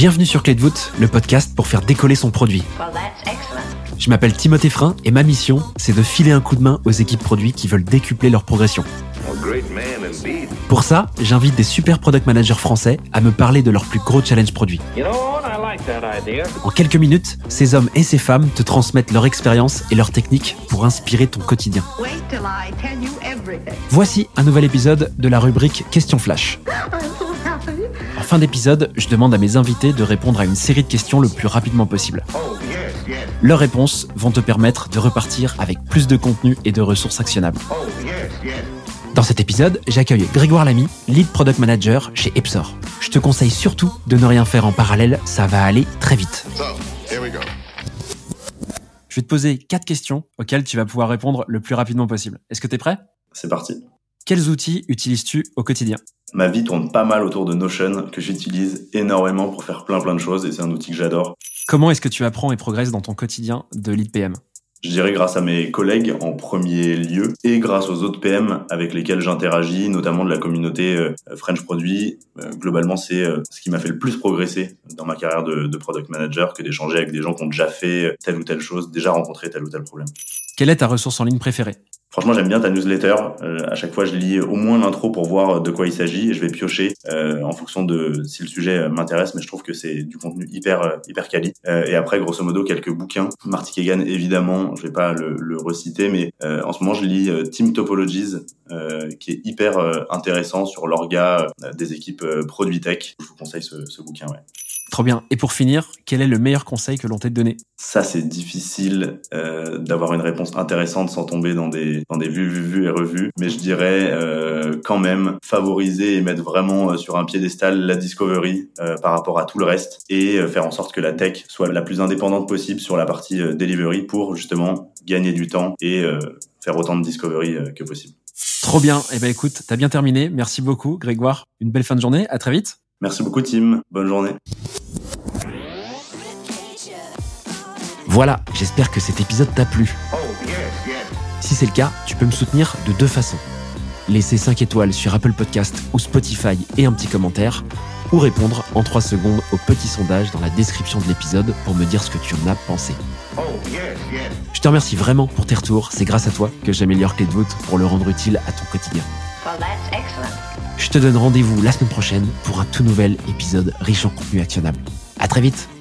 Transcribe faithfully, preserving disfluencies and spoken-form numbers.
Bienvenue sur Clé de voûte, le podcast pour faire décoller son produit. Je m'appelle Timothée Frein et ma mission, c'est de filer un coup de main aux équipes produits qui veulent décupler leur progression. Pour ça, j'invite des super product managers français à me parler de leurs plus gros challenges produits. En quelques minutes, ces hommes et ces femmes te transmettent leur expérience et leurs techniques pour inspirer ton quotidien. Voici un nouvel épisode de la rubrique Question Flash. En fin d'épisode, je demande à mes invités de répondre à une série de questions le plus rapidement possible. Leurs réponses vont te permettre de repartir avec plus de contenu et de ressources actionnables. Dans cet épisode, j'accueille Grégoire Lamy, Lead Product Manager chez Epsor. Je te conseille surtout de ne rien faire en parallèle, ça va aller très vite. So, here we go. Je vais te poser quatre questions auxquelles tu vas pouvoir répondre le plus rapidement possible. Est-ce que tu es prêt ? C'est parti. Quels outils utilises-tu au quotidien ? Ma vie tourne pas mal autour de Notion, que j'utilise énormément pour faire plein plein de choses et c'est un outil que j'adore. Comment est-ce que tu apprends et progresses dans ton quotidien de lead P M ? Je dirais grâce à mes collègues en premier lieu et grâce aux autres P M avec lesquels j'interagis, notamment de la communauté euh, French Produit. Euh, globalement, c'est euh, ce qui m'a fait le plus progresser dans ma carrière de, de product manager que d'échanger avec des gens qui ont déjà fait telle ou telle chose, déjà rencontré tel ou tel problème. Quelle est ta ressource en ligne préférée ? Franchement, j'aime bien ta newsletter. Euh, à chaque fois, je lis au moins l'intro pour voir de quoi il s'agit et je vais piocher euh, en fonction de si le sujet m'intéresse. Mais je trouve que c'est du contenu hyper hyper quali. Euh, et après, grosso modo, quelques bouquins. Marty Kagan, évidemment, je vais pas le, le reciter, mais euh, en ce moment, je lis euh, Team Topologies, euh, qui est hyper euh, intéressant sur l'orga euh, des équipes euh, produit tech. Je vous conseille ce, ce bouquin, ouais. Trop bien. Et pour finir, quel est le meilleur conseil que l'on t'ait donné ? Ça, c'est difficile euh, d'avoir une réponse intéressante sans tomber dans des dans des vues, vues, vues et revues. Mais je dirais euh, quand même favoriser et mettre vraiment sur un piédestal la discovery euh, par rapport à tout le reste et euh, faire en sorte que la tech soit la plus indépendante possible sur la partie euh, delivery pour justement gagner du temps et euh, faire autant de discovery euh, que possible. Trop bien. Eh ben écoute, t'as bien terminé. Merci beaucoup, Grégoire. Une belle fin de journée. À très vite. Merci beaucoup, Tim. Bonne journée. Voilà, j'espère que cet épisode t'a plu. Si c'est le cas, tu peux me soutenir de deux façons. Laisser cinq étoiles sur Apple Podcast ou Spotify et un petit commentaire, ou répondre en trois secondes au petit sondage dans la description de l'épisode pour me dire ce que tu en as pensé. Je te remercie vraiment pour tes retours, c'est grâce à toi que j'améliore Clé de voûte pour le rendre utile à ton quotidien. Je te donne rendez-vous la semaine prochaine pour un tout nouvel épisode riche en contenu actionnable. À très vite.